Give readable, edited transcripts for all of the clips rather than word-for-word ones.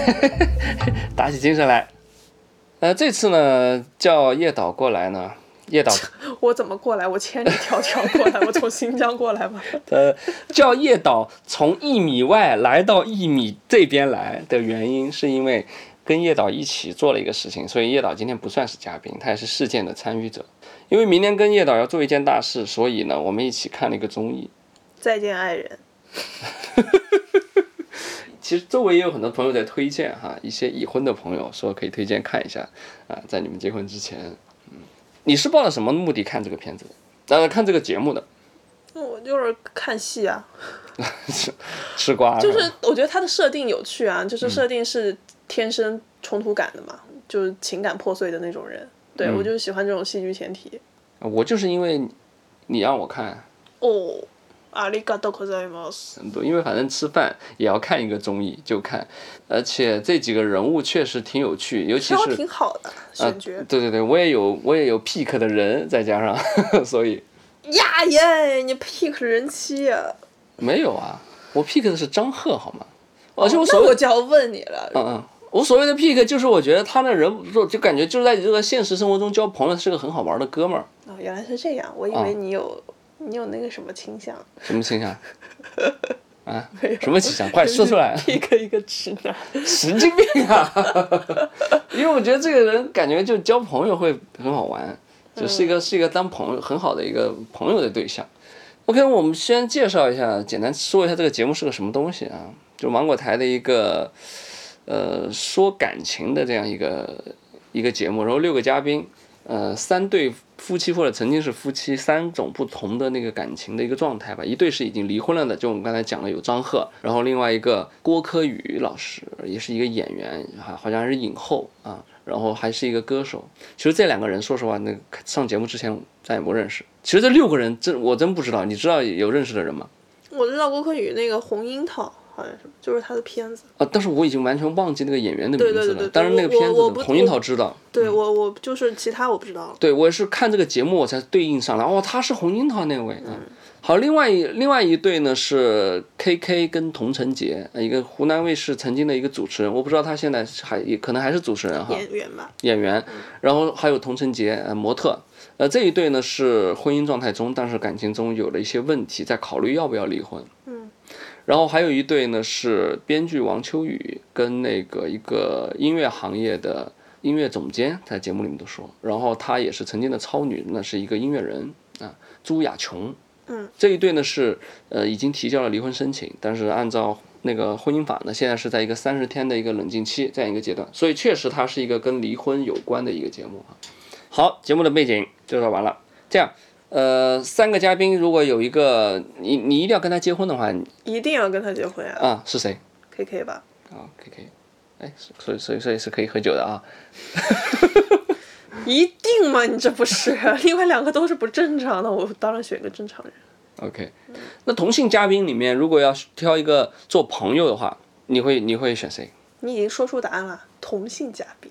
打起精神来。这次呢叫叶导过来呢，叶导我怎么过来？我千里迢迢过来，我从新疆过来吧。 叫叶导从1米外来到1米这边来的原因，是因为跟叶导一起做了一个事情，所以叶导今天不算是嘉宾，他也是事件的参与者。因为明天跟叶导要做一件大事，所以呢，我们一起看了一个综艺。 再见爱人。 其实周围也有很多朋友在推荐哈，一些已婚的朋友说可以推荐看一下啊，在你们结婚之前。你是抱了什么目的看这个片子的？看这个节目的？ 我就是看戏啊。 吃瓜。 就是我觉得它的设定有趣啊，就是设定是天生冲突感的嘛，就是情感破碎的那种人。对，我就是喜欢这种戏剧前提。 我就是因为你让我看。 哦。ありがとうございます。 很多，因为反正吃饭也要看一个综艺就看，而且这几个人物确实挺有趣，尤其是挺好的选角。 对，我也有 pick 的人，再加上所以。 呀耶，你 pick 人妻啊？ 没有啊，我 pick 的是张赫好吗？而且那我就要问你了。 我所谓的 pick 就是我觉得他的人就感觉就是在这个现实生活中交朋友是个很好玩的哥们儿。 哦，原来是这样，我以为你有那个什么倾向。 什么倾向？啊？什么倾向？快说出来 ！pick 一个直男。 神经病啊！因为我觉得这个人感觉就交朋友会很好玩，就是一个当朋友很好的一个朋友的对象。OK， 我们先介绍一下，简单说一下这个节目是个什么东西啊？就芒果台的一个说感情的这样一个节目，然后6个嘉宾。3对夫妻或者曾经是夫妻，3种不同的那个感情的一个状态吧。一对是已经离婚了的，就我们刚才讲了有张赫，然后另外一个郭柯宇老师也是一个演员，好像是影后啊，然后还是一个歌手。其实这2个人说实话，那个上节目之前咱也不认识。其实这6个人我真不知道，你知道有认识的人吗？ 我知道郭柯宇那个红樱桃。好像是就是他的片子但是我已经完全忘记那个演员的名字了。对，但是那个片子红樱桃知道。 对，我就是其他我不知道了。 对，我是看这个节目我才对应上来，他是红樱桃那位。好，另外一对呢是 KK 跟童承杰，一个湖南卫视曾经的一个主持人，我不知道他现在可能还是主持人哈。演员。然后还有童承杰，模特。这一对呢是婚姻状态中，但是感情中有了一些问题，在考虑要不要离婚。然后还有一对呢是编剧王秋雨跟那个一个音乐行业的音乐总监，在节目里面都说，然后他也是曾经的超女，那是一个音乐人啊，朱雅琼。这一对呢是已经提交了离婚申请，但是按照那个婚姻法呢，现在是在一个30天的一个冷静期这样一个阶段，所以确实它是一个跟离婚有关的一个节目。好，节目的背景介绍完了，这样。3个嘉宾，如果有一个你一定要跟他结婚的话， 一定要跟他结婚啊！ 是谁 ？KK 吧。 KK， 所以是可以喝酒的啊。 一定吗？你这不是？另外2个都是不正常的，我当然选个正常人。 OK， 那同性嘉宾里面，如果要挑一个做朋友的话，你会选谁？ 你已经说出答案了，同性嘉宾。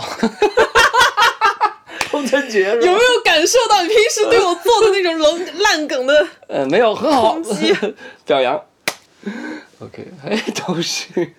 童承杰有没有感受到你平时对我做的那种烂梗的？ 没有，很好，表扬。OK， 同性。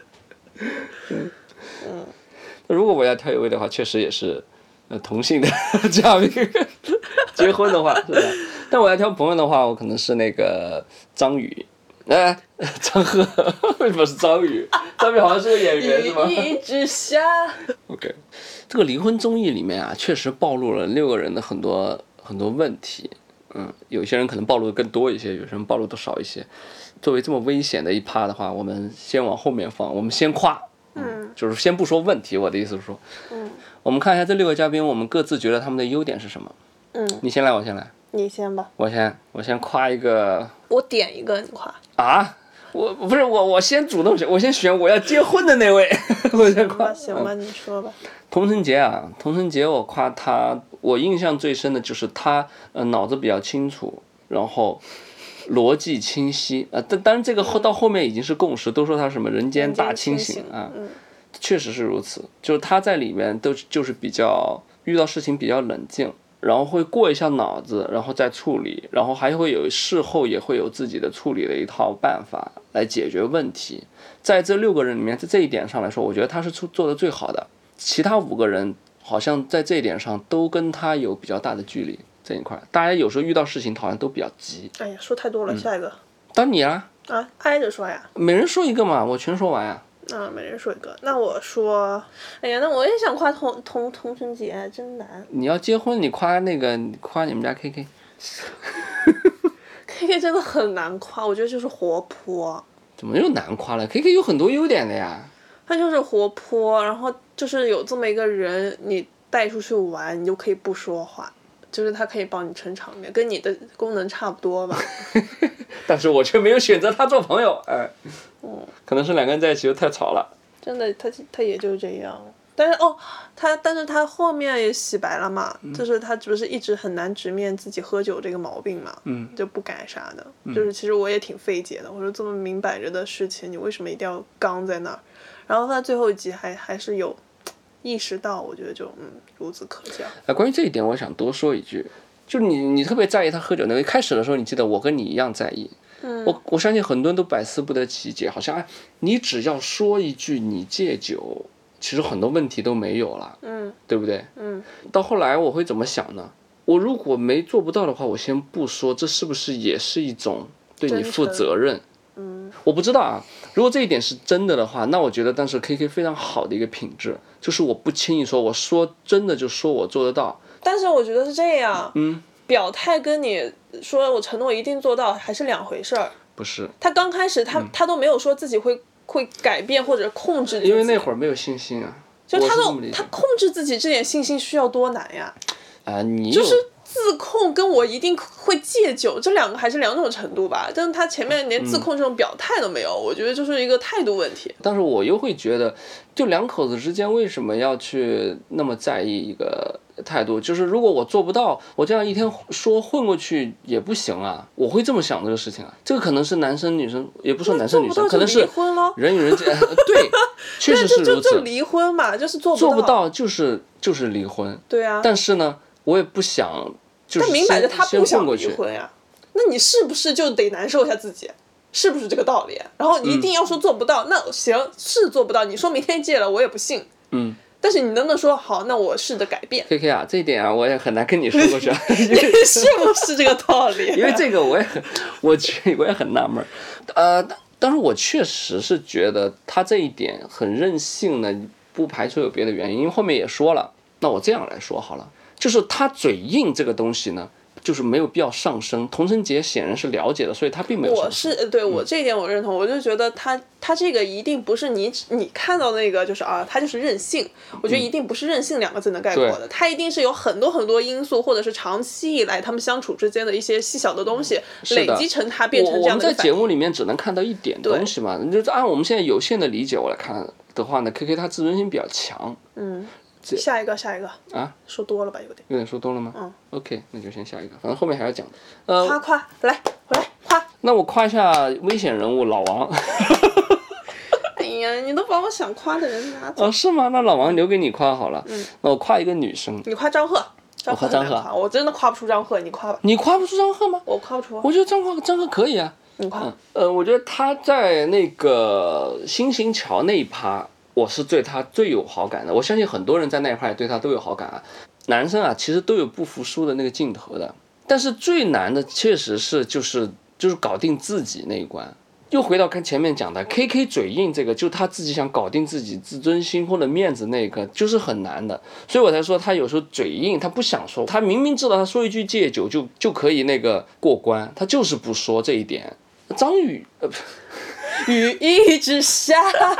如果我要挑一位的话，确实也是同性的嘉宾。结婚的话是吧？但我要挑朋友的话，我可能是那个张宇。张赫为什么是张宇？张宇好像是个演员是吗？ 一直下。 OK， 这个离婚综艺里面啊，确实暴露了6个人的很多问题。有些人可能暴露的更多一些，有些人暴露的少一些。作为这么危险的一趴的话，我们先往后面放，我们先夸。就是先不说问题，我的意思是说，我们看一下这6个嘉宾，我们各自觉得他们的优点是什么。你先来，我先来。 你先吧。 我先夸一个。 我点一个，你夸。 啊？我先主动选，我先选我要结婚的那位。我先夸。 行吧，你说吧。 童承杰，我夸他，我印象最深的就是他脑子比较清楚，然后逻辑清晰。当然这个到后面已经是共识，都说他什么人间大清醒啊。确实是如此，就是他在里面就是比较遇到事情比较冷静， 然后会过一下脑子，然后再处理，然后还会有事后也会有自己的处理的一套办法来解决问题。在这6个人里面，在这一点上来说，我觉得他是做的最好的。其他5个人好像在这一点上都跟他有比较大的距离这一块。大家有时候遇到事情好像都比较急。 哎呀，说太多了，下一个。 到你啦。 啊，挨着说呀。 每人说一个嘛，我全说完呀。 每人说一个。那我说，哎呀，那我也想夸童晨杰，真难。 你要结婚，你夸你们家 KK。 KK 真的很难夸，我觉得就是活泼。 怎么又难夸了 ？KK 有很多优点的呀。 他就是活泼，然后就是有这么一个人，你带出去玩，你就可以不说话，就是他可以帮你撑场面，跟你的功能差不多吧。 但是我却没有选择他做朋友，可能是2个人在一起就太吵了。 真的，他也就这样。但是他后面也洗白了嘛，就是他不是一直很难直面自己喝酒这个毛病嘛，就不改啥的。就是其实我也挺费解的，我说这么明摆着的事情，你为什么一定要刚在那儿？然后他最后一集还是有意识到，我觉得就孺子可教。 关于这一点，我想多说一句，就你特别在意他喝酒那个，开始的时候你记得我跟你一样在意。我相信很多人都百思不得其解，好像你只要说一句你戒酒，其实很多问题都没有了，对不对？到后来我会怎么想呢？我如果做不到的话，我先不说，这是不是也是一种对你负责任？我不知道啊。如果这一点是真的的话，那我觉得当时 KK 非常好的一个品质，就是我不轻易说，我说真的就说我做得到。 但是我觉得是这样，表态跟你说我承诺一定做到还是2回事儿。 不是。他刚开始他都没有说自己会改变或者控制自己， 因为那会儿没有信心啊。 就他控制自己这点信心需要多难呀？ 你就是自控跟我一定会戒酒，这2个还是2种程度吧。但是他前面连自控这种表态都没有，我觉得就是一个态度问题。 但是我又会觉得，就2口子之间为什么要去那么在意一个态度？就是如果我做不到，我这样一天说混过去也不行啊。我会这么想这个事情啊。这个可能是男生女生，也不说男生女生，可能是人与人之间对，确实是如此。 就离婚嘛，就是做不到就是离婚。 对啊。 但是呢，我也不想就是但明摆着他不想离婚呀，那你是不是就得难受一下自己？是不是这个道理？然后你一定要说做不到，那行是做不到，你说明天戒了我也不信。但是你能不能说好？那我试着改变。 KK 啊，这一点啊，我也很难跟你说过去。 你是不是这个道理？ 因为这个我也很纳闷。但是我确实是觉得他这一点很任性的，不排除有别的原因。因为后面也说了，那我这样来说好了，就是他嘴硬这个东西呢，就是没有必要上升。童晨杰显然是了解的，所以他并没有上升。 对我这一点我认同，我就觉得他这个一定不是你看到那个就是他就是任性，我觉得一定不是任性2个字能概括的，他一定是有很多很多因素，或者是长期以来他们相处之间的一些细小的东西累积成他变成这样的。 我们在节目里面只能看到一点东西嘛，就是按我们现在有限的理解我来看的话呢 ，KK 他自尊心比较强。 下一个啊， 说多了吧，有点说多了吗？OK， 那就先下一个，反正后面还要讲夸来回来夸。 那我夸一下危险人物老王。 哎呀，你都把我想夸的人拿走。 是吗？那老王留给你夸好了。那我夸一个女生。 你夸张赫。 我夸张赫， 我真的夸不出张赫，你夸吧。 你夸不出张赫吗？ 我夸不出。 我觉得张赫可以啊。 你夸。 我觉得他在那个新兴桥那一趴，我是对他最有好感的。我相信很多人在那一块对他都有好感啊。男生啊，其实都有不服输的那个劲头的，但是最难的确实是就是搞定自己那一关。又回到看前面讲的 KK 嘴硬这个，就他自己想搞定自己自尊心或者面子那个，就是很难的。所以我才说他有时候嘴硬，他不想说，他明明知道他说一句戒酒就可以那个过关，他就是不说这一点。张宇雨一直下。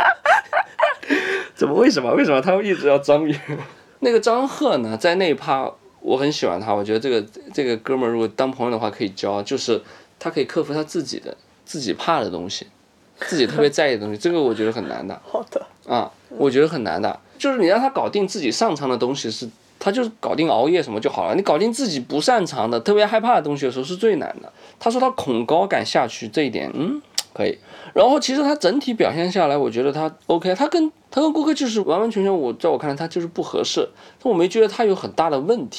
为什么他会一直要张宇？那个张赫呢，在那一趴我很喜欢他，我觉得这个哥们儿如果当朋友的话可以交，就是他可以克服他自己怕的东西，自己特别在意的东西，这个我觉得很难的。 好的。 我觉得很难的，就是你让他搞定自己擅长的东西他就是搞定熬夜什么就好了。你搞定自己不擅长的、特别害怕的东西的时候是最难的。他说他恐高感下去这一点，可以。然后其实他整体表现下来，我觉得他 OK， 他跟郭柯就是完完全全在我看来他就是不合适，但我没觉得他有很大的问题。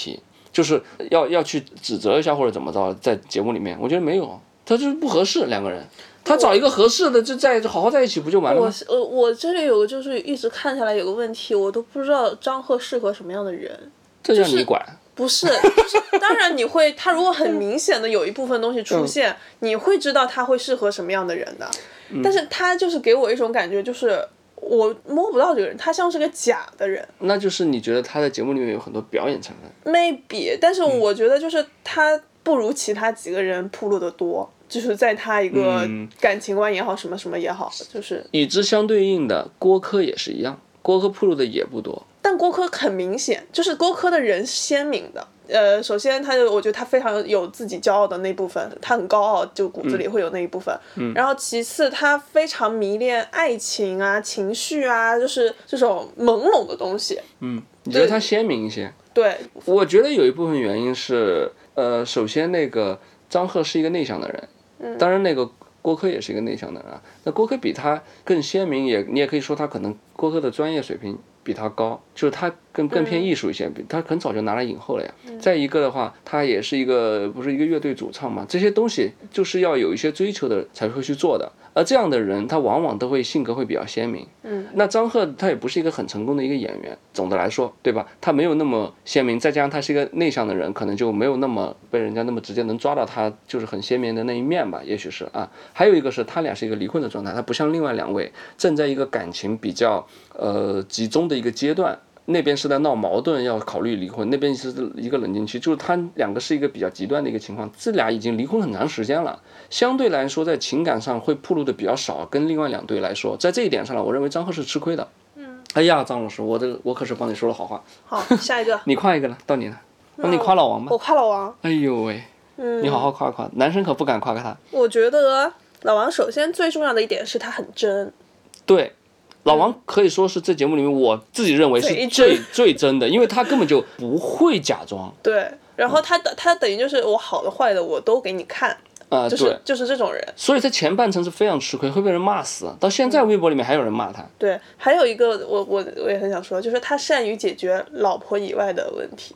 就是要去指责一下或者怎么着，在节目里面，我觉得没有，他就是不合适两个人。他找一个合适的，就好好在一起不就完了吗？ 我这里有个就是一直看下来有个问题，我都不知道张赫适合什么样的人。 这叫你管？ 不是，就是当然你会，他如果很明显的有一部分东西出现，你会知道他会适合什么样的人的。但是他就是给我一种感觉，就是我摸不到这个人，他像是个假的人。 那就是你觉得他在节目里面有很多表演成分 ？maybe， 但是我觉得就是他不如其他几个人铺路的多。就是在他一个感情观也好，什么什么也好，就是与之相对应的郭柯也是一样，郭柯铺路的也不多， 但郭柯很明显，就是郭柯的人鲜明的。首先我觉得他非常有自己骄傲的那部分，他很高傲，就骨子里会有那一部分。然后其次，他非常迷恋爱情啊、情绪啊，就是这种朦胧的东西。 你觉得他鲜明一些？ 对， 我觉得有一部分原因是，首先那个张赫是一个内向的人。当然，那个郭柯也是一个内向的人啊。那郭柯比他更鲜明，你也可以说他可能郭柯的专业水平比他高，就是他更偏艺术一些，他很早就拿了影后了呀。再一个的话，他也是不是一个乐队主唱嘛，这些东西就是要有一些追求的才会去做的。而这样的人，他往往都会性格会比较鲜明。那张赫他也不是一个很成功的一个演员，总的来说，对吧？他没有那么鲜明，再加上他是一个内向的人，可能就没有那么被人家那么直接能抓到他就是很鲜明的那一面吧，也许是啊。还有一个是他俩是一个离婚的状态，他不像另外两位正在一个感情比较集中的一个阶段。那边是在闹矛盾，要考虑离婚；那边是一个冷静期，就是他两个是一个比较极端的一个情况。这俩已经离婚很长时间了，相对来说在情感上会暴露的比较少，跟另外两对来说，在这一点上呢，我认为张赫是吃亏的。哎呀，张老师，我可是帮你说了好话。 好，下一个。 你夸一个了，到你了。那你夸老王吧。 我夸老王。 哎呦喂，你好好夸夸，男生可不敢夸他。 我觉得老王首先最重要的一点是他很真。 对。老王可以说是这节目里面我自己认为是最真的，因为他根本就不会假装。 对，然后他等于就是我好的坏的我都给你看，就是这种人。 所以他前半程是非常吃亏，会被人骂死。到现在微博里面还有人骂他。 对，还有一个我也很想说，就是他善于解决老婆以外的问题。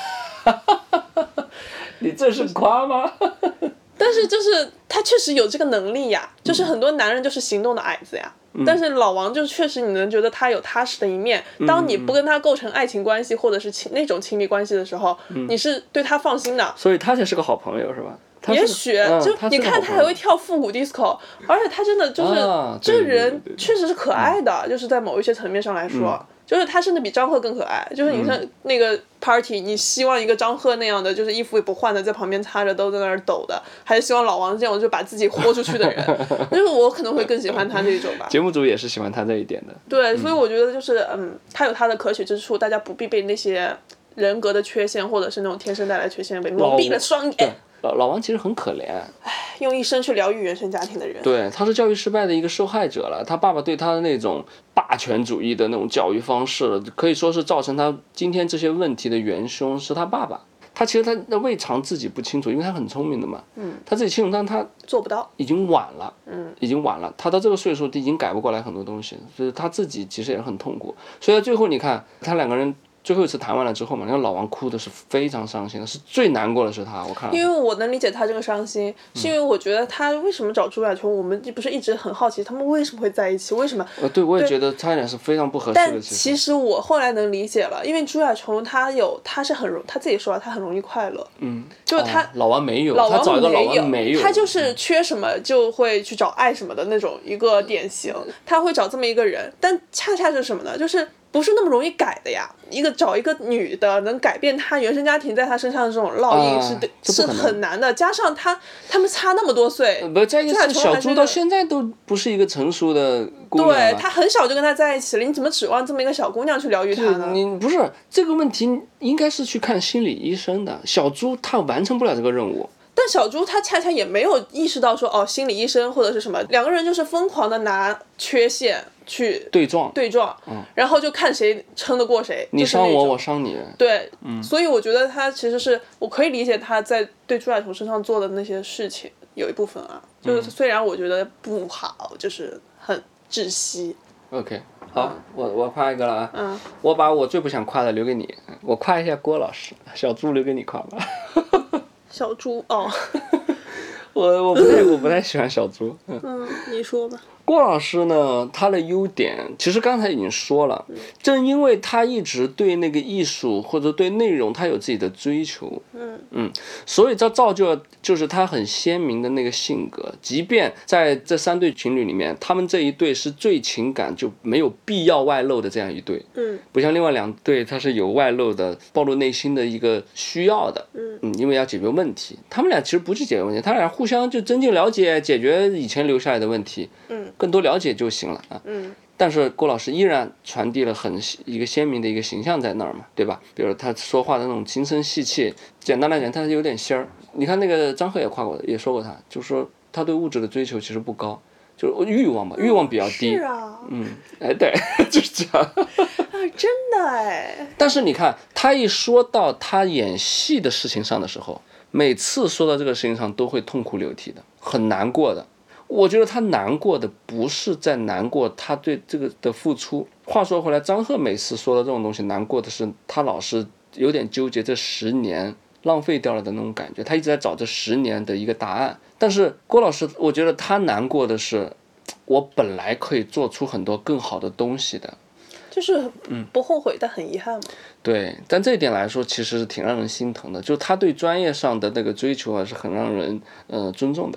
你这是夸吗？ 但是就是他确实有这个能力呀，就是很多男人就是行动的矮子呀。但是老王就确实你能觉得他有踏实的一面，当你不跟他构成爱情关系或者是那种亲密关系的时候，你是对他放心的。 所以他才是个好朋友是吧？ 也许就你看他还会跳复古 disco， 而且他真的就是这个人确实是可爱的，就是在某一些层面上来说。就是他甚至比张赫更可爱，就是你看那个 party，你希望一个张赫那样的，就是衣服也不换的，在旁边擦着都在那儿抖的，还是希望老王这种就把自己豁出去的人？就是我可能会更喜欢他这种吧。 节目组也是喜欢他这一点的。 对，所以我觉得就是他有他的可取之处，大家不必被那些人格的缺陷或者是那种天生带来缺陷被蒙蔽了双眼。 老王其实很可怜， 用一生去疗愈原生家庭的人。 对，他是教育失败的一个受害者了。他爸爸对他的那种霸权主义的那种教育方式，可以说是造成他今天这些问题的元凶是他爸爸。他其实他未尝自己不清楚，因为他很聪明的嘛。他自己清楚，但他做不到， 已经晚了。已经晚了。他到这个岁数，已经改不过来很多东西，所以他自己其实也很痛苦。所以最后你看，他两个人。最后一次谈完了之后嘛，那个老王哭的是非常伤心的，是最难过的是他，我看。 因为我能理解他这个伤心，是因为我觉得他为什么找朱亚琼，我们不是一直很好奇他们为什么会在一起，为什么？ 对，我也觉得他俩是非常不合适的。 但其实我后来能理解了，因为朱亚琼他自己说他很容易快乐，就是他、 老王没有， 他找一个老王没有， 他就是缺什么就会去找爱什么的那种一个典型，他会找这么一个人，但恰恰是什么呢？就是不是那么容易改的呀。找一个女的能改变她原生家庭在她身上的这种烙印是很难的，加上他们差那么多岁， 不再一个是小猪到现在都不是一个成熟的姑娘了。 对，他很小就跟他在一起了，你怎么指望这么一个小姑娘去疗愈他呢？ 你不是这个问题应该是去看心理医生的，小猪他完成不了这个任务。 但小猪他恰恰也没有意识到说心理医生或者是什么，两个人就是疯狂的拿缺陷去对撞，然后就看谁撑得过谁， 你伤我，我伤你。 对，所以我觉得他其实是我可以理解他在对朱亚琼身上做的那些事情，有一部分就是虽然我觉得不好，就是很窒息。 OK， 好，我夸一个了啊。我把我最不想夸的留给你，我夸一下郭老师，小猪留给你夸吧。 小猪哦。 我不太喜欢小猪。 你说吧。 郭老师呢，他的优点其实刚才已经说了，正因为他一直对那个艺术或者对内容他有自己的追求，所以这造就就是他很鲜明的那个性格。即便在这3对情侣里面，他们这一对是最情感就没有必要外露的这样一对，不像另外2对他是有外露的，暴露内心的一个需要的，因为要解决问题。他们俩其实不去解决问题，他俩互相就增进了解，解决以前留下来的问题，更多了解就行了啊。但是郭老师依然传递了一个鲜明的一个形象在那儿嘛，对吧？比如他说话的那种轻声细气，简单来讲，他有点仙儿。你看那个张赫也夸过，也说过他，就是说他对物质的追求其实不高，就是欲望吧，欲望比较低。 是啊。 对，就是这样。 真的哎。 但是你看，他一说到他演戏的事情上的时候，每次说到这个事情上都会痛哭流涕的，很难过的。我觉得他难过的不是在难过他对这个的付出。话说回来，张赫每次说的这种东西，难过的是他老是有点纠结这10年浪费掉了的那种感觉，他一直在找这10年的一个答案。但是郭老师，我觉得他难过的是，我本来可以做出很多更好的东西的， 就是不后悔，但很遗憾嘛。 对，但这一点来说，其实是挺让人心疼的。就是他对专业上的那个追求啊，是很让人尊重的。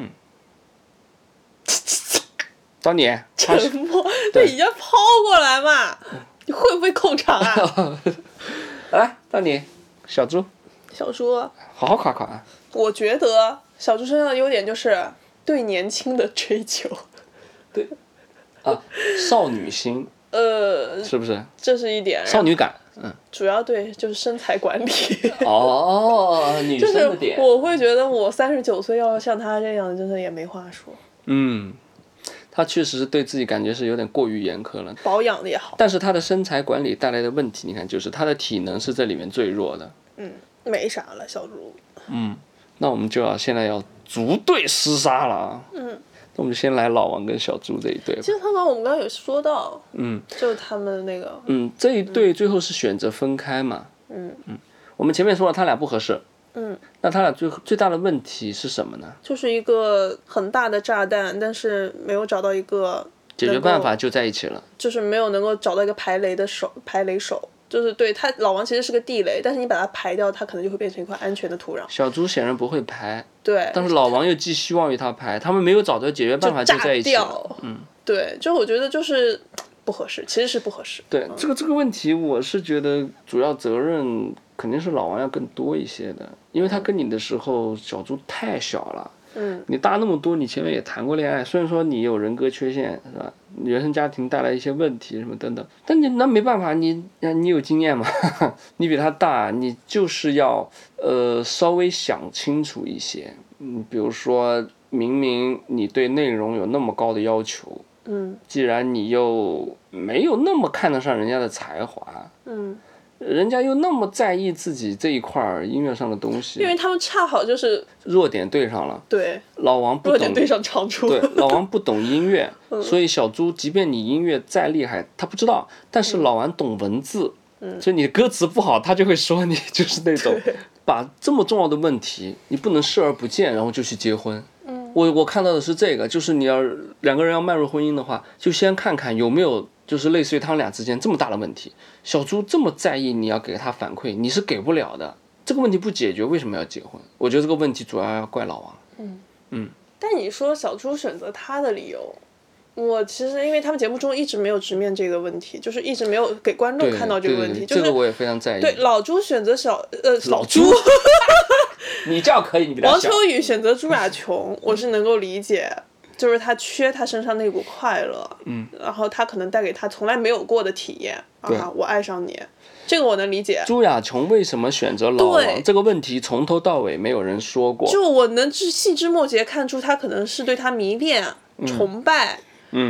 到你， 沉默，这已经抛过来嘛？你会不会控场啊？ 来，到你，小猪。 小猪， 好好夸夸啊！ 我觉得小猪身上的优点就是对年轻的追求。 对。少女心。是不是？ 这是一点。 少女感。 主要对就是身材管理。 女生的点。 就是我会觉得我39岁要像他这样，真的也没话说。 他确实是对自己感觉是有点过于严苛了， 保养的也好。 但是他的身材管理带来的问题，你看，就是他的体能是这里面最弱的。 没啥了，小猪。 那我们就现在要逐队厮杀了啊。那我们就先来老王跟小猪这一对吧。 其实他们我们刚刚有说到，就是他们那个， 这一对最后是选择分开嘛。我们前面说了他俩不合适。那他俩最大的问题是什么呢？就是一个很大的炸弹，但是没有找到一个解决办法，就在一起了。 就是没有能够找到一个排雷手。就是对他老王其实是个地雷，但是你把它排掉，他可能就会变成一块安全的土壤。 小猪显然不会排。 对。 但是老王又寄希望于他排，他们没有找到解决办法就在一起了。 对，就我觉得就是不合适，其实是不合适。 对，这个问题，我是觉得主要责任肯定是老王要更多一些的，因为他跟你的时候，小猪太小了。你大那么多，你前面也谈过恋爱，虽然说你有人格缺陷，是吧？原生家庭带来一些问题什么等等，但你那没办法，你有经验嘛？你比他大，你就是要稍微想清楚一些。比如说明明你对内容有那么高的要求，既然你又没有那么看得上人家的才华，人家又那么在意自己这一块音乐上的东西， 因为他们恰好就是弱点对上了。 对， 老王不懂， 弱点对上长处。 对，老王不懂音乐，所以小猪即便你音乐再厉害，他不知道，但是老王懂文字，所以你歌词不好，他就会说你就是那种把这么重要的问题，你不能视而不见，然后就去结婚。我看到的是这个，就是你要2个人要迈入婚姻的话，就先看看有没有就是类似于他们俩之间这么大的问题。小猪这么在意你要给他反馈，你是给不了的。这个问题不解决，为什么要结婚？我觉得这个问题主要要怪老王。 但你说小猪选择他的理由，我其实因为他们节目中一直没有直面这个问题，就是一直没有给观众看到这个问题。 这个我也非常在意。 对，老猪选择老猪。你这样可以，你比他小。 王秋雨选择朱亚琼，我是能够理解，就是他缺他身上那股快乐，然后他可能带给他从来没有过的体验啊，我爱上你，这个我能理解。 朱亚琼为什么选择老王这个问题，从头到尾没有人说过。 就我能细枝末节看出他可能是对他迷恋、崇拜，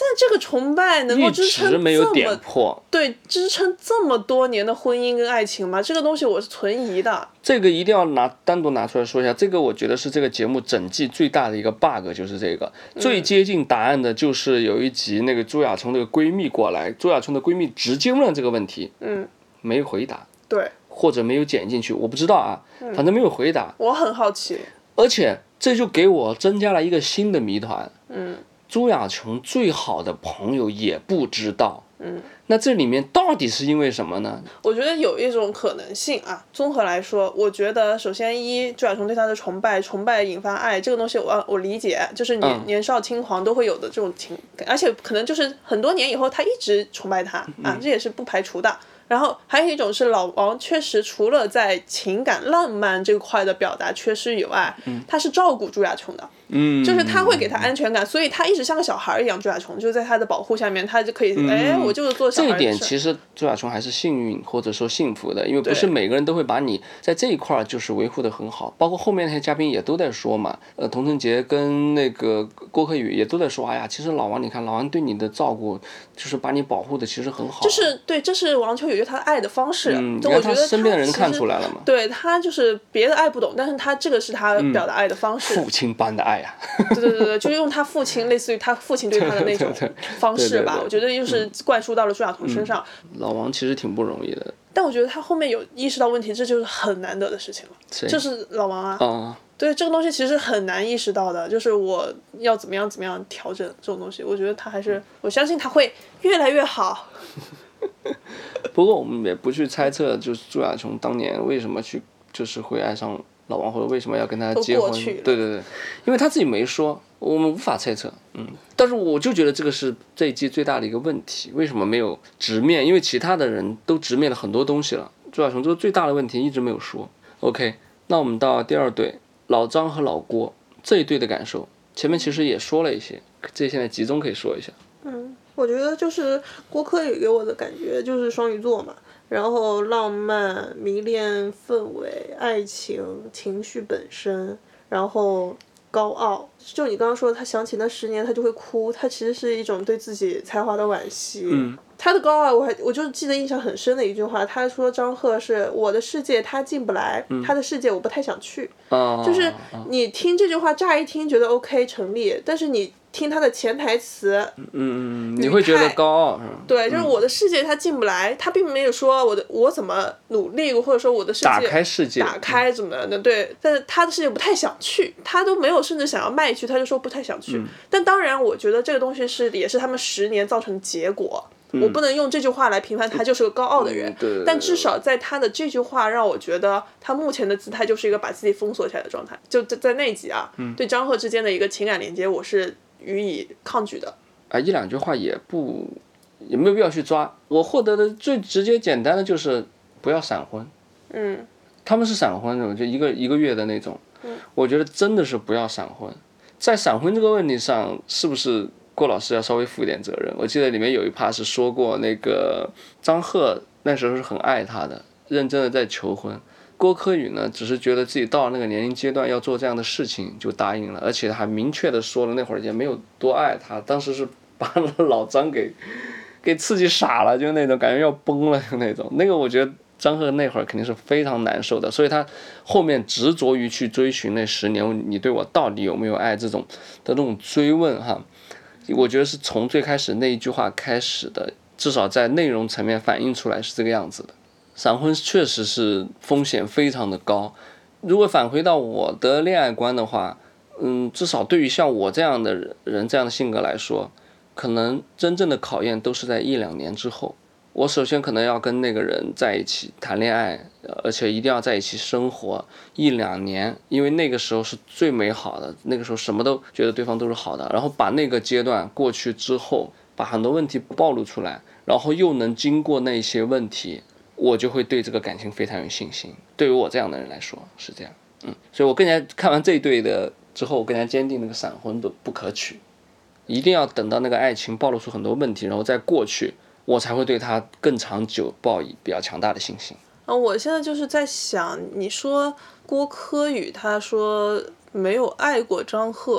但这个崇拜能够支撑一直没有点破， 对，支撑这么多年的婚姻跟爱情吗？这个东西我是存疑的。 这个一定要单独拿出来说一下，这个我觉得是这个节目整季最大的一个 bug， 就是这个最接近答案的就是有一集那个朱亚琼那个闺蜜过来，朱亚琼的闺蜜直接问这个问题，没有回答， 对， 或者没有剪进去，我不知道啊，反正没有回答。 我很好奇， 而且这就给我增加了一个新的谜团，朱亚琼最好的朋友也不知道，那这里面到底是因为什么呢？ 我觉得有一种可能性啊，综合来说，我觉得首先朱亚琼对他的崇拜引发爱，这个东西我理解，就是年少轻狂都会有的这种情感，而且可能就是很多年以后他一直崇拜他啊，这也是不排除的。然后还有一种是老王确实除了在情感浪漫这块的表达缺失以外，他是照顾朱亚琼的，就是他会给他安全感，所以他一直像个小孩一样，朱亚琼就在他的保护下面，他就可以我就是做小孩的事。 这一点其实朱亚琼还是幸运或者说幸福的，因为不是每个人都会把你在这一块就是维护的很好，包括后面那些嘉宾也都在说嘛，童承杰跟那个郭可宇也都在说，哎呀，其实老王你看老王对你的照顾就是把你保护的其实很好， 这是王秋雨对他的爱的方式， 我觉得他身边的人看出来了嘛， 对他就是别的爱不懂，但是他这个是他表达爱的方式， 父亲般的爱啊， 对，就用他父亲类似于他父亲对他的那种方式吧，我觉得就是灌输到了朱亚彤身上。 老王其实挺不容易的， 但我觉得他后面有意识到问题，这就是很难得的事情了，这是老王啊，对这个东西其实很难意识到的，就是我要怎么样调整这种东西，我觉得他还是我相信他会越来越好。 不过我们也不去猜测，就是朱亚琼当年为什么就是会爱上老王，或者为什么要跟他结婚。对，因为他自己没说，我们无法猜测。但是我就觉得这个是这一季最大的一个问题，为什么没有直面？因为其他的人都直面了很多东西了，朱亚琼这个最大的问题一直没有说。OK， 那我们到第二对，老张和老郭这一对的感受，前面其实也说了一些，这现在集中可以说一下。 我觉得就是郭柯宇给我的感觉就是双鱼座嘛，然后浪漫、迷恋氛围、爱情、情绪本身，然后高傲。就你刚刚说他想起那10年他就会哭，他其实是一种对自己才华的惋惜。他的高傲我就记得印象很深的一句话，他说张赫是我的世界他进不来，他的世界我不太想去。就是你听这句话乍一听觉得 OK 成立，但是你听他的潜台词， 你会觉得高傲是吧？ 对，就是我的世界他进不来，他并没有说我怎么努力，或者说我的世界打开怎么的，对，但是他的世界不太想去，他都没有甚至想要迈去，他就说不太想去。但当然，我觉得这个东西也是他们10年造成的结果。我不能用这句话来评判他就是个高傲的人，但至少在他的这句话让我觉得他目前的姿态就是一个把自己封锁起来的状态。就在那一集啊，对张赫之间的一个情感连接，我是予以抗拒的。 一两句话也没有必要去抓。我获得的最直接简单的就是不要闪婚。他们是闪婚那种，就一个月的那种。我觉得真的是不要闪婚。在闪婚这个问题上，是不是郭老师要稍微负点责任？我记得里面有一趴是说过，那个张赫那时候是很爱他的，认真的在求婚。郭柯宇呢，只是觉得自己到了那个年龄阶段要做这样的事情，就答应了，而且还明确的说了那会儿也没有多爱他，当时是把老张给刺激傻了，就那种感觉要崩了，就那种。那个我觉得张赫那会儿肯定是非常难受的，所以他后面执着于去追寻那10年你对我到底有没有爱这种的那种追问哈，我觉得是从最开始那一句话开始的，至少在内容层面反映出来是这个样子的。闪婚确实是风险非常的高，如果返回到我的恋爱观的话，至少对于像我这样的人这样的性格来说，可能真正的考验都是在1-2年之后。我首先可能要跟那个人在一起谈恋爱，而且一定要在一起生活1-2年，因为那个时候是最美好的，那个时候什么都觉得对方都是好的，然后把那个阶段过去之后，把很多问题暴露出来，然后又能经过那些问题，我就会对这个感情非常有信心。对于我这样的人来说是这样，所以我更加看完这一对的之后，我更加坚定那个闪婚的不可取，一定要等到那个爱情暴露出很多问题，然后再过去，我才会对他更长久抱以比较强大的信心。 我现在就是在想，你说郭柯宇他说没有爱过张赫，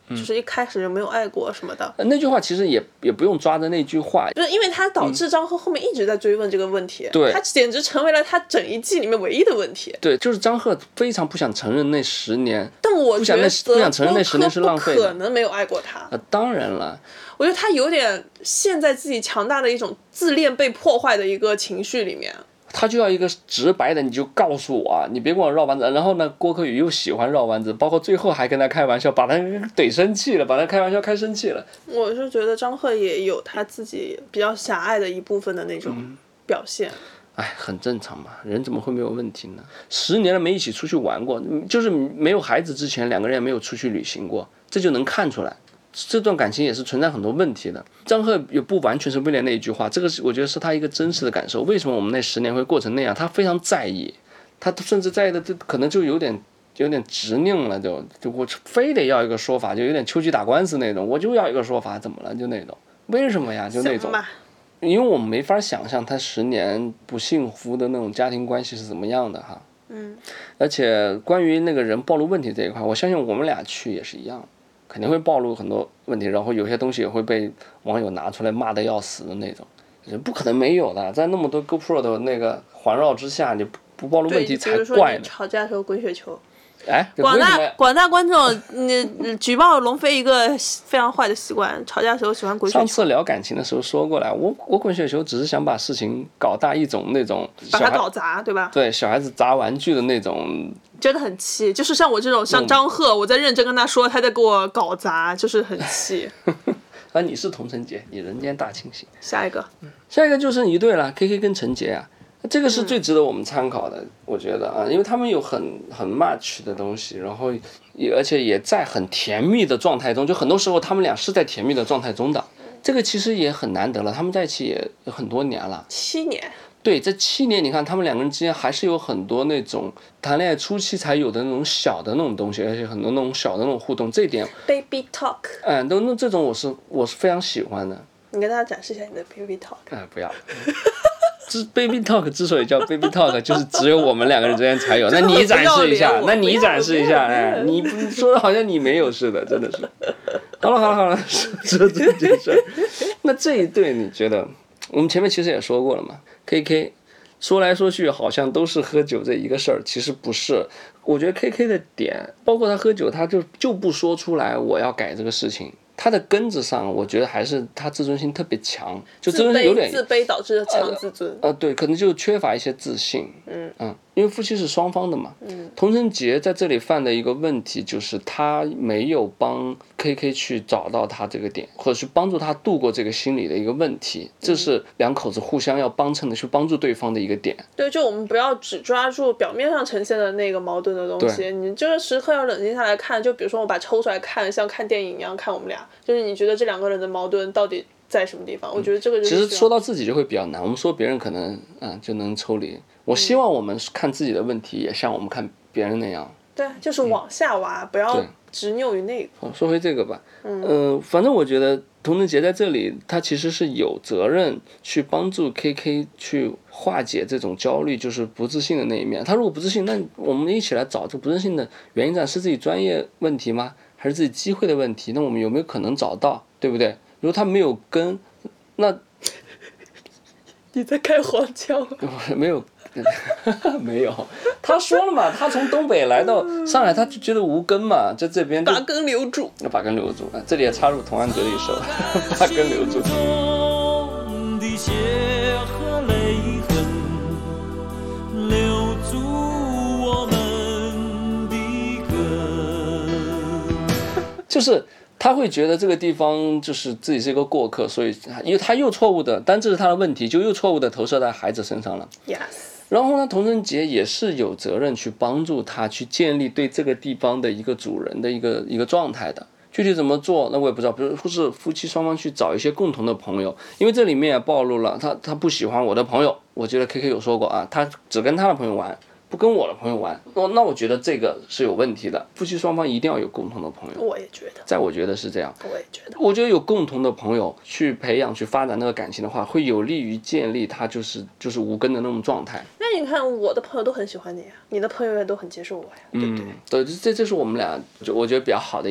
就是一开始就没有爱过什么的。 那句话其实也不用抓着那句话， 就是因为它导致张赫后面一直在追问这个问题， 对， 他简直成为了他整一季里面唯一的问题。 对，就是张赫非常不想承认那10年， 但我觉得不想承认那10年是浪费的， 不可能没有爱过他。 当然了， 我觉得他有点陷在自己强大的一种自恋被破坏的一个情绪里面。 他就要一个直白的，你就告诉我啊，你别跟我绕弯子。然后呢，郭可宇又喜欢绕弯子，包括最后还跟他开玩笑，把他怼生气了，把他开玩笑开生气了。 我是觉得张赫也有他自己比较狭隘的一部分的那种表现。 哎，很正常嘛，人怎么会没有问题呢？10年了没一起出去玩过，就是没有孩子之前2个人也没有出去旅行过，这就能看出来。这段感情也是存在很多问题的。张赫也不完全是为了那一句话，这个我觉得是他一个真实的感受。为什么我们那10年会过成那样？他非常在意，他甚至在意的可能就有点执拗了，就我非得要一个说法，就有点秋菊打官司那种，我就要一个说法，怎么了？就那种，为什么呀？就那种，因为我们没法想象他10年不幸福的那种家庭关系是怎么样的哈。而且关于那个人暴露问题这一块，我相信我们俩去也是一样。肯定会暴露很多问题，然后有些东西也会被网友拿出来骂得要死的那种，不可能没有的，在那么多 GoPro 的那个环绕之下，你不暴露问题才怪呢。 比如说你吵架的时候滚雪球， 哎， 广大观众，你举报龙飞一个非常坏的习惯，吵架的时候喜欢滚雪球。 上次聊感情的时候说过了，我滚雪球只是想把事情搞大一种那种， 把它搞砸，对吧？ 对，小孩子砸玩具的那种。 真的很气，就是像我这种像张赫，我在认真跟他说，他在给我搞砸，就是很气。 啊，你是童承杰，你人间大清醒。 下一个就剩一对了 ，KK 跟陈杰啊，这个是最值得我们参考的，我觉得啊，因为他们有很 much 的东西，然后而且也在很甜蜜的状态中，就很多时候他们俩是在甜蜜的状态中的，这个其实也很难得了，他们在一起也有很多年了 ，7年。 对，这7年，你看他们2个人之间还是有很多那种谈恋爱初期才有的那种小的那种东西，而且很多那种小的那种互动，这一点 baby talk， 那这种我是非常喜欢的。 你跟大家展示一下你的 baby talk。 不要。baby talk 之所以叫 baby talk， 就是只有我们2个人之间才有。那你展示一下，哎，你说的好像你没有似的，真的是。好了，说这件事。那这一对你觉得？我们前面其实也说过了嘛 ，KK 说来说去好像都是喝酒这一个事儿，其实不是。我觉得 KK 的点，包括他喝酒，他就不说出来我要改这个事情。他的根子上，我觉得还是他自尊心特别强，就自尊心有点自卑导致强自尊。 对，可能就缺乏一些自信。因为夫妻是双方的嘛。童承杰在这里犯的一个问题就是他没有帮 KK 去找到他这个点，或者是帮助他度过这个心理的一个问题，这是2口子互相要帮衬的，去帮助对方的一个点。 对，就我们不要只抓住表面上呈现的那个矛盾的东西，你就是时刻要冷静下来看。就比如说我把抽出来看，像看电影一样看我们俩，就是你觉得这2个人的矛盾到底在什么地方？我觉得这个就是其实说到自己就会比较难，我们说别人可能就能抽离。我希望我们看自己的问题也像我们看别人那样。 对，就是往下挖，不要执拗于那个。 说回这个吧，反正我觉得童承杰在这里，他其实是有责任去帮助 KK 去化解这种焦虑，就是不自信的那一面。他如果不自信，那我们一起来找这不自信的原因在，是自己专业问题吗？还是自己机会的问题？那我们有没有可能找到，对不对？如果他没有根，那你在开黄腔？ 没有。没有，他说了嘛，他从东北来到上海，他就觉得无根嘛，在这边把根留住， 把根留住。这里也插入童安格的一首，把根留住。就是他会觉得这个地方就是自己是一个过客，所以因为他又错误的，但这是他的问题，就又错误的投射在孩子身上了。 Yes。 然后呢，童承杰也是有责任去帮助他去建立对这个地方的一个主人的一个状态的。具体怎么做，那我也不知道。比如说是夫妻双方去找一些共同的朋友，因为这里面也暴露了他不喜欢我的朋友。我记得 KK 有说过啊，他只跟他的朋友玩，不跟我的朋友玩。那我觉得这个是有问题的。夫妻双方一定要有共同的朋友。 我也觉得， 在我觉得是这样。 我也觉得， 我觉得有共同的朋友去培养、去发展那个感情的话，会有利于建立他就是无根的那种状态。 那你看，我的朋友都很喜欢你啊，你的朋友也都很接受我呀，对不对？ 对，这是我们俩我觉得比较好的一点。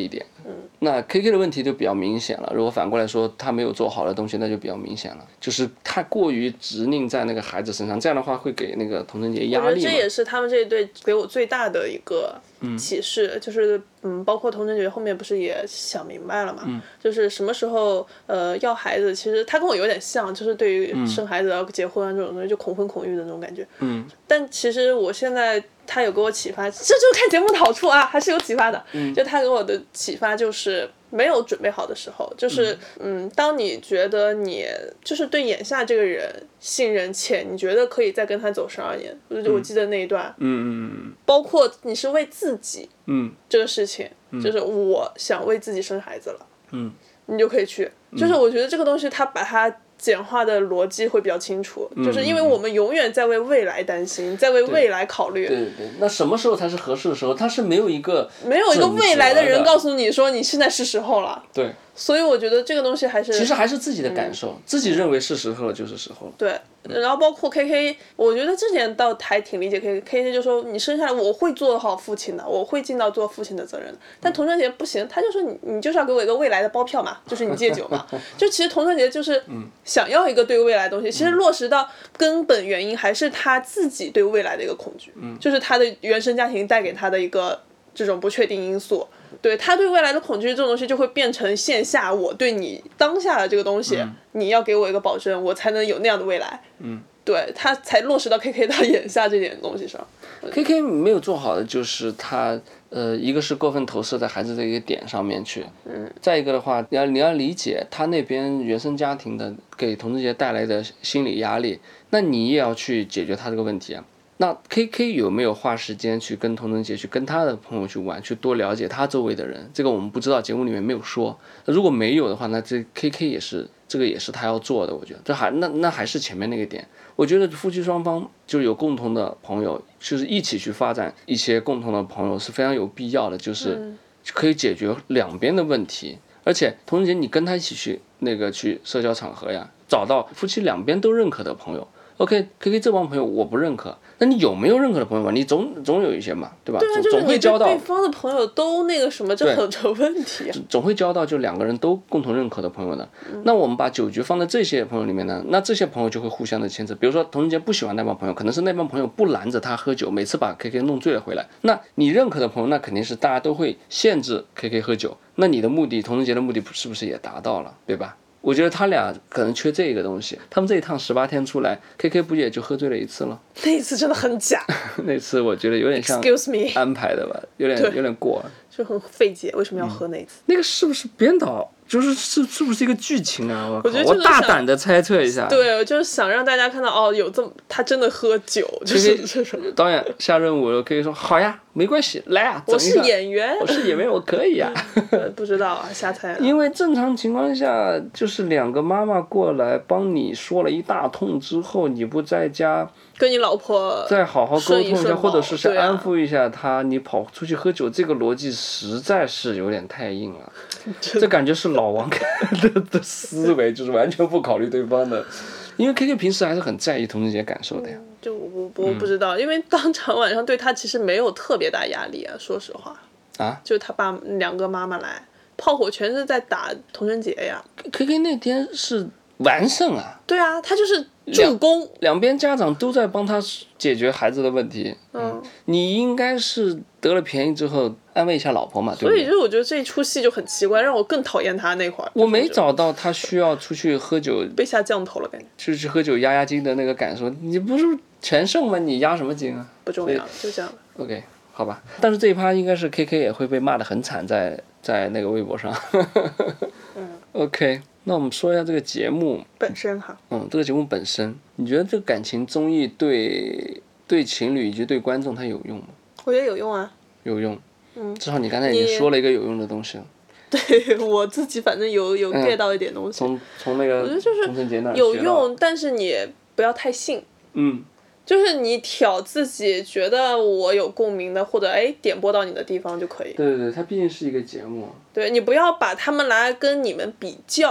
那 KK 的问题就比较明显了，如果反过来说他没有做好的东西，那就比较明显了，就是太过于执拗在那个孩子身上，这样的话会给那个童承杰压力嘛。 我觉得这也是他们这一对给我最大的一个启示，就是包括童承杰后面不是也想明白了嘛，就是什么时候要孩子，其实他跟我有点像，就是对于生孩子要结婚啊这种东西就恐婚恐育的那种感觉。但其实我现在他有给我启发，这就是看节目的好处啊，还是有启发的。就他给我的启发就是没有准备好的时候，就是当你觉得你就是对眼下这个人信任且你觉得可以再跟他走12年，我记得那一段，包括你是为自己，这个事情，就是我想为自己生孩子了，你就可以去。就是我觉得这个东西他把它简化的逻辑会比较清楚，就是因为我们永远在为未来担心，在为未来考虑。 对，那什么时候才是合适的时候？他是没有一个未来的人告诉你说你现在是时候了。 对。 所以我觉得这个东西其实还是自己的感受，自己认为是时候了就是时候了。 对，然后包括 KK， 我觉得之前倒还挺理解 KK 就说你生下来我会做好父亲的，我会尽到做父亲的责任的。但童承杰不行，他就说你就是要给我一个未来的包票嘛，就是你戒酒嘛。就其实童承杰就是想要一个对未来的东西，其实落实到根本原因还是他自己对未来的一个恐惧，就是他的原生家庭带给他的一个这种不确定因素。对，他对未来的恐惧这种东西就会变成线下我对你当下的这个东西，你要给我一个保证，我才能有那样的未来。对，他才落实到 KK 到眼下这点东西上。 KK 没有做好的就是他一个是过分投射在孩子的一个点上面去，再一个的话你要理解他那边原生家庭的给童承杰带来的心理压力，那你也要去解决他这个问题啊。那 KK 有没有花时间去跟童承杰去跟他的朋友去玩，去多了解他周围的人？这个我们不知道，节目里面没有说。如果没有的话，那这 KK 也是这个也是他要做的，我觉得这那还是前面那个点。我觉得夫妻双方就有共同的朋友，就是一起去发展一些共同的朋友是非常有必要的，就是可以解决两边的问题。而且童承杰，你跟他一起去去社交场合呀，找到夫妻两边都认可的朋友。OK，KK 这帮朋友我不认可，那你有没有认可的朋友嘛？你总有一些嘛，对吧？ 对啊， 总会交到对方的朋友都那个什么，这很成问题。 总会交到就两个人都共同认可的朋友的。那我们把酒局放在这些朋友里面呢，那这些朋友就会互相的牵扯。比如说童承杰不喜欢那帮朋友，可能是那帮朋友不拦着他喝酒，每次把 KK 弄醉了回来。那你认可的朋友，那肯定是大家都会限制 KK 喝酒。那你的目的，童承杰的目的是不是也达到了，对吧？我觉得他俩可能缺这个东西。他们这一趟18天出来 ，KK 不也就喝醉了一次了？ 那一次真的很假。 那次我觉得有点像安排的吧，有点过了， 就很费解，为什么要喝那一次？ 那个是不是编导？是不是一个剧情啊？我大胆的猜测一下。 对，就是想让大家看到有这么他真的喝酒，就是这种。 导演下任务了，可以说好呀，没关系，来啊， 我是演员， 我可以啊。 不知道啊，瞎猜。 因为正常情况下，就是两个妈妈过来帮你说了一大通之后，你不在家。 跟你老婆再好好沟通一下，或者是安抚一下她，你跑出去喝酒，这个逻辑实在是有点太硬了。这感觉是老王的思维，就是完全不考虑对方的。因为 KK 平时还是很在意童承杰感受的呀。 就我不知道，因为当场晚上对他其实没有特别大压力啊，说实话。 啊？ 就他爸两个妈妈来，炮火全是在打童承杰呀。 KK 那天是完胜啊。 对啊，他就是助攻， 两边家长都在帮他解决孩子的问题。你应该是得了便宜之后安慰一下老婆嘛，对不对？ 所以就是我觉得这一出戏就很奇怪，让我更讨厌他那会儿。 我没找到他需要出去喝酒被下降头了感觉。 去喝酒压惊的那个感受，你不是全胜吗？你压什么惊啊？ 不重要，就这样。 OK， 好吧。但是这一趴应该是 KK 也会被骂得很惨，在那个微博上。OK。那我们说一下这个节目本身哈。 这个节目本身，你觉得这个感情综艺对情侣以及对观众它有用吗？ 我觉得有用啊。 有用。至少你刚才已经说了一个有用的东西了。 对，我自己反正有 get 到一点东西。 从那个我觉得就是有用，但是你不要太信。就是你挑自己觉得我有共鸣的，或者点播到你的地方就可以。 对，它毕竟是一个节目。 对，你不要把他们来跟你们比较。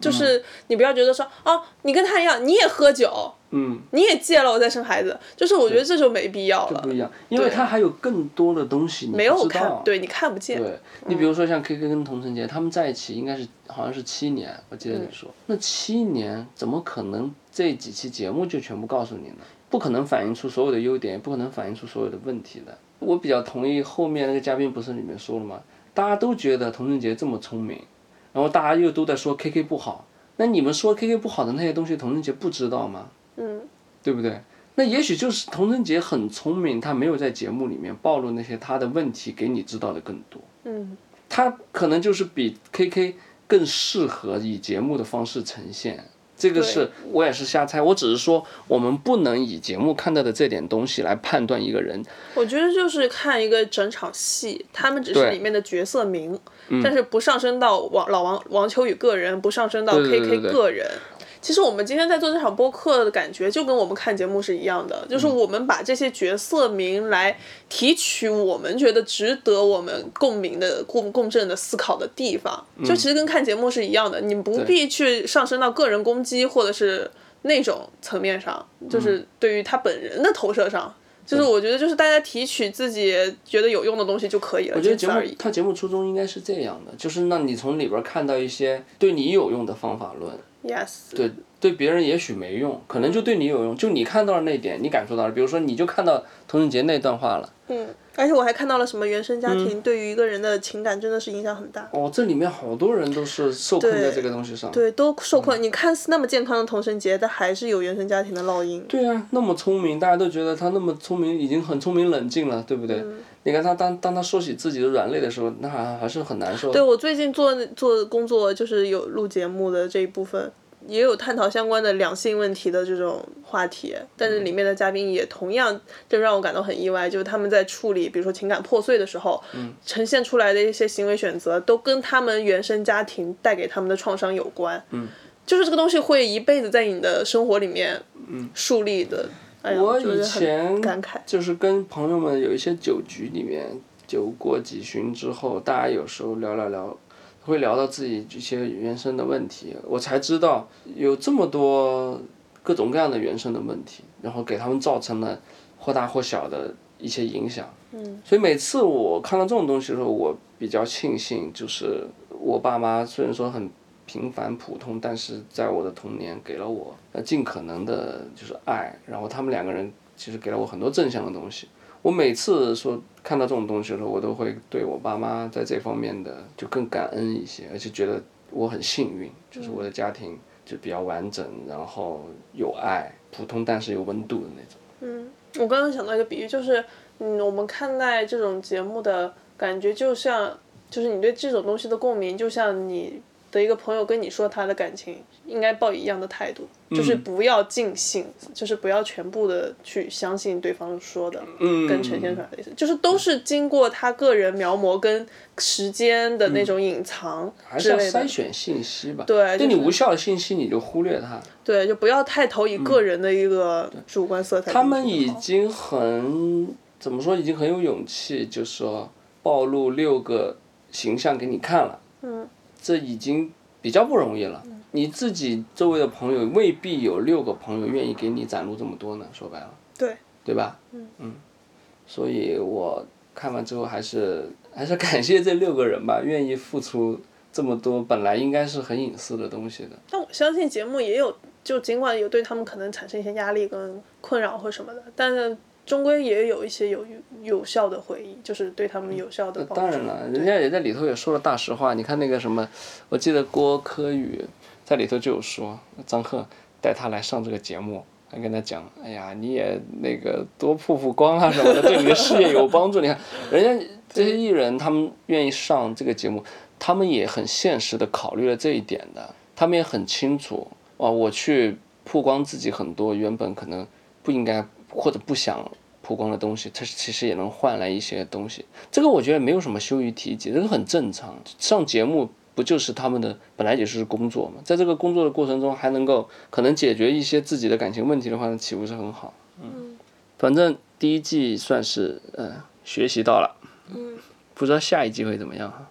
就是你不要觉得说你跟他一样，你也喝酒，你也戒了，我再生孩子，就是我觉得这就没必要了。 不一样，因为他还有更多的东西你不知道， 没有看，对你看不见。 对，你比如说像 KK 跟童承杰，他们在一起应该是好像是7年，我记得你说，那7年怎么可能这几期节目就全部告诉你呢？不可能反映出所有的优点，也不可能反映出所有的问题的。我比较同意后面那个嘉宾不是里面说了吗？大家都觉得童承杰这么聪明，然后大家又都在说 KK 不好，那你们说 KK 不好的那些东西，童承杰不知道吗？对不对？那也许就是童承杰很聪明，他没有在节目里面暴露那些他的问题给你知道的更多。他可能就是比 KK 更适合以节目的方式呈现。这个是我也是瞎猜，我只是说我们不能以节目看到的这点东西来判断一个人。 我觉得就是看一个整场戏，他们只是里面的角色名，但是不上升到王秋雨个人，不上升到 KK 个人。其实我们今天在做这场播客的感觉就跟我们看节目是一样的，就是我们把这些角色名来提取我们觉得值得我们共鸣的共振的思考的地方，就其实跟看节目是一样的，你不必去上升到个人攻击或者是那种层面上，就是对于他本人的投射上，就是我觉得就是大家提取自己觉得有用的东对就可以了。 我觉得他节目初衷应该是这样的，就是让你从里边看到一些对你有用的方法论。 Yes。 对别人也许没用，可能就对你有用，就你看到了那点，你感受到了，比如说你就看到童承杰那段话了。 而且我还看到了什么原生家庭对于一个人的情感真的是影响很大。 这里面好多人都是受困在这个东西上。 对，都受困。你看似那么健康的童承杰，但还是有原生家庭的烙印。 对啊，那么聪明，大家都觉得他那么聪明，已经很聪明冷静了，对不对？你看他当他说起自己的软肋的时候，那还是很难受。 对，我最近做工作就是有录节目的这一部分。也有探讨相关的两性问题的这种话题，但是里面的嘉宾也同样就让我感到很意外，就是他们在处理比如说情感破碎的时候，呈现出来的一些行为选择都跟他们原生家庭带给他们的创伤有关。就是这个东西会一辈子在你的生活里面树立的。 我以前就是跟朋友们有一些酒局里面，酒过几巡之后，大家有时候聊会聊到自己一些原生的问题，我才知道有这么多各种各样的原生的问题，然后给他们造成了或大或小的一些影响。所以每次我看到这种东西的时候，我比较庆幸，就是我爸妈虽然说很平凡普通，但是在我的童年给了我尽可能的就是爱，然后他们2个人其实给了我很多正向的东西。我每次说看到这种东西的时候，我都会对我爸妈在这方面的就更感恩一些，而且觉得我很幸运，就是我的家庭就比较完整，然后有爱，普通但是有温度的那种。 我刚刚想到一个比喻，就是我们看待这种节目的感觉就像，就是你对这种东西的共鸣，就像你的一个朋友跟你说他的感情，应该抱一样的态度，就是不要尽信，就是不要全部的去相信对方说的，跟呈现出来的意思，就是都是经过他个人描摹跟时间的那种隐藏之类的。 还是要筛选信息吧。 对， 对你无效的信息你就忽略它。 对，就不要太投以个人的一个主观色彩。 他们已经怎么说，已经很有勇气，就是说暴露6个形象给你看了。这已经比较不容易了。你自己周围的朋友未必有6个朋友愿意给你展露这么多呢，说白了。对吧？所以我看完之后还是感谢这6个人吧，愿意付出这么多本来应该是很隐私的东西的。 但我相信节目也有，就尽管有对他们可能产生一些压力跟困扰或什么的，但是终归也有一些有效的回忆，就是对他们有效的帮助。 当然了，人家也在里头也说了大实话。你看那个什么，我记得郭柯宇在里头就有说，张赫带他来上这个节目，还跟他讲，哎呀，你也那个多曝光啊什么的，对你的事业有帮助。你看人家这些艺人，他们愿意上这个节目，他们也很现实的考虑了这一点的，他们也很清楚，我去曝光自己很多原本可能不应该或者不想曝光的东西，它其实也能换来一些东西。这个我觉得没有什么羞于提及，这个很正常。上节目不就是他们的本来也就是工作嘛，在这个工作的过程中还能够可能解决一些自己的感情问题的话，岂不是很好？反正第1季算是学习到了。不知道下一季会怎么样哈。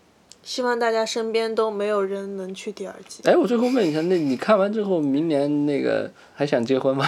希望大家身边都没有人能去第2季。 哎，我最后问一下，那你看完之后，明年那个还想结婚吗？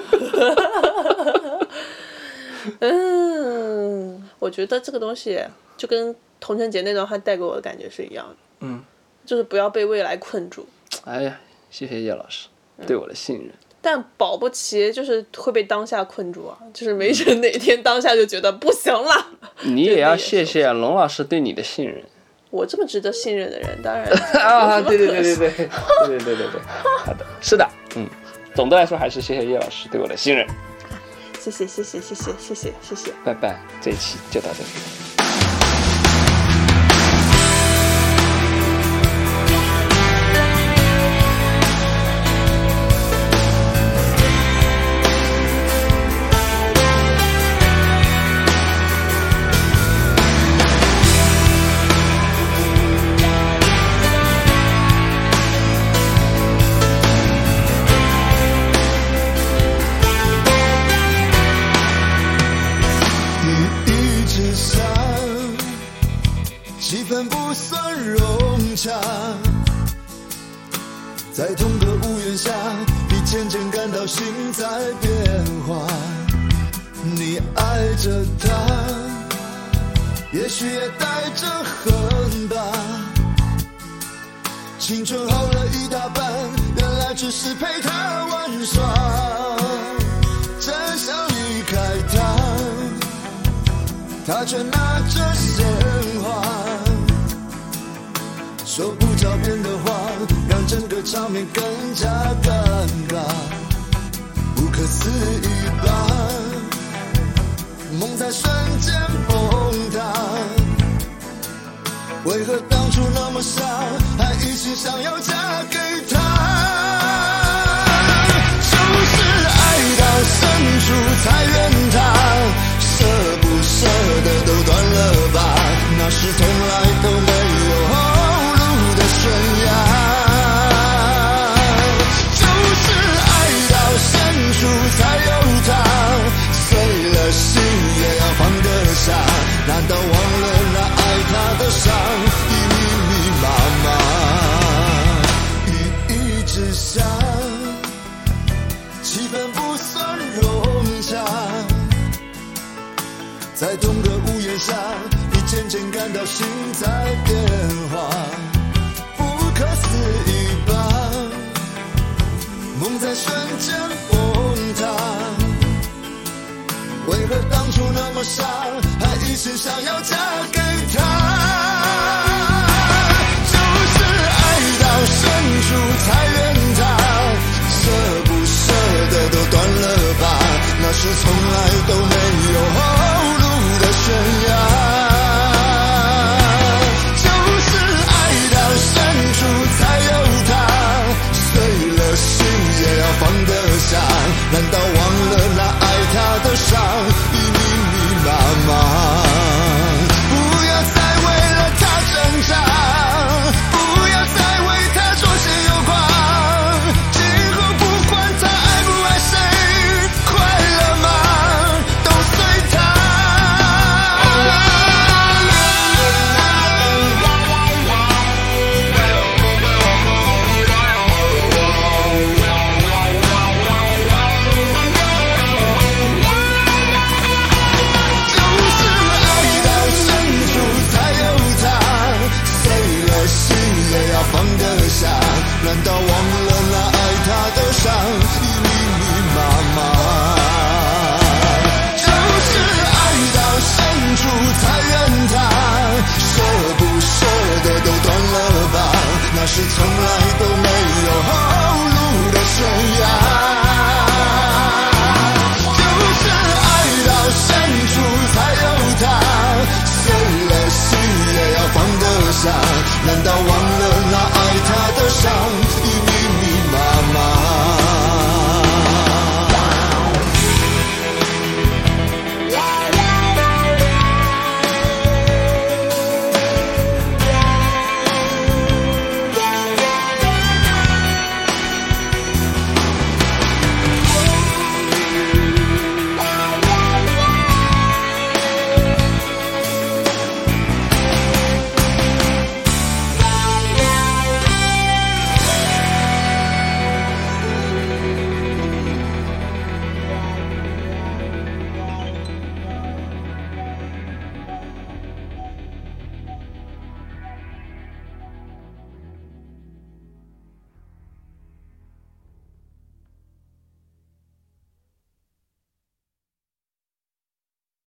我觉得这个东西就跟童晨杰那段话带给我的感觉是一样的。就是不要被未来困住。 哎呀，谢谢叶老师对我的信任。 但保不齐就是会被当下困住啊，就是没准哪天当下就觉得不行了。 你也要谢谢龙老师对你的信任。 我这么值得信任的人，当然啊，对，好的，是的，总的来说还是谢谢叶老师对我的信任。 谢谢， 拜拜，这一期就到这里。 气氛不算融洽，在同个屋檐下，你渐渐感到心在变化。你爱着他，也许也带着恨吧。青春耗了一大半，原来只是陪他玩耍。真想离开他，他却拿着鲜花，说不着边的话，让整个场面更加尴尬。不可思议吧，梦在瞬间崩塌。为何当初那么傻，还一心想要嫁给他？就是爱到深处才怨他，舍不舍得都断了吧，那是从来都没有后路的悬崖。就是爱到深处才有他，碎了心也要放得下，难道忘了那爱他的伤已密密麻麻？雨一直下，气氛不算融洽，在同个屋檐下，你渐渐感到心在变化。不可思议吧，梦在瞬间崩塌。为何当初那么傻，还一心想要嫁给他？就是爱到深处才怨他，舍不舍得都断了吧，那是从来都没有后路的悬崖。就是爱到深处才有他，碎了心也要放得下，难道忘了那爱他的伤已密密麻麻？不要再为了他挣扎，不要再为他左心右狂，今后不管他爱不爱谁，快乐吗都随他。放得下，难道忘了那爱他的伤已密密麻麻？就是爱到深处才怨他，舍不舍得都断了吧，那是从来都没有后路的悬崖。就是爱到深处才有他，碎了心也要放得下，难道忘了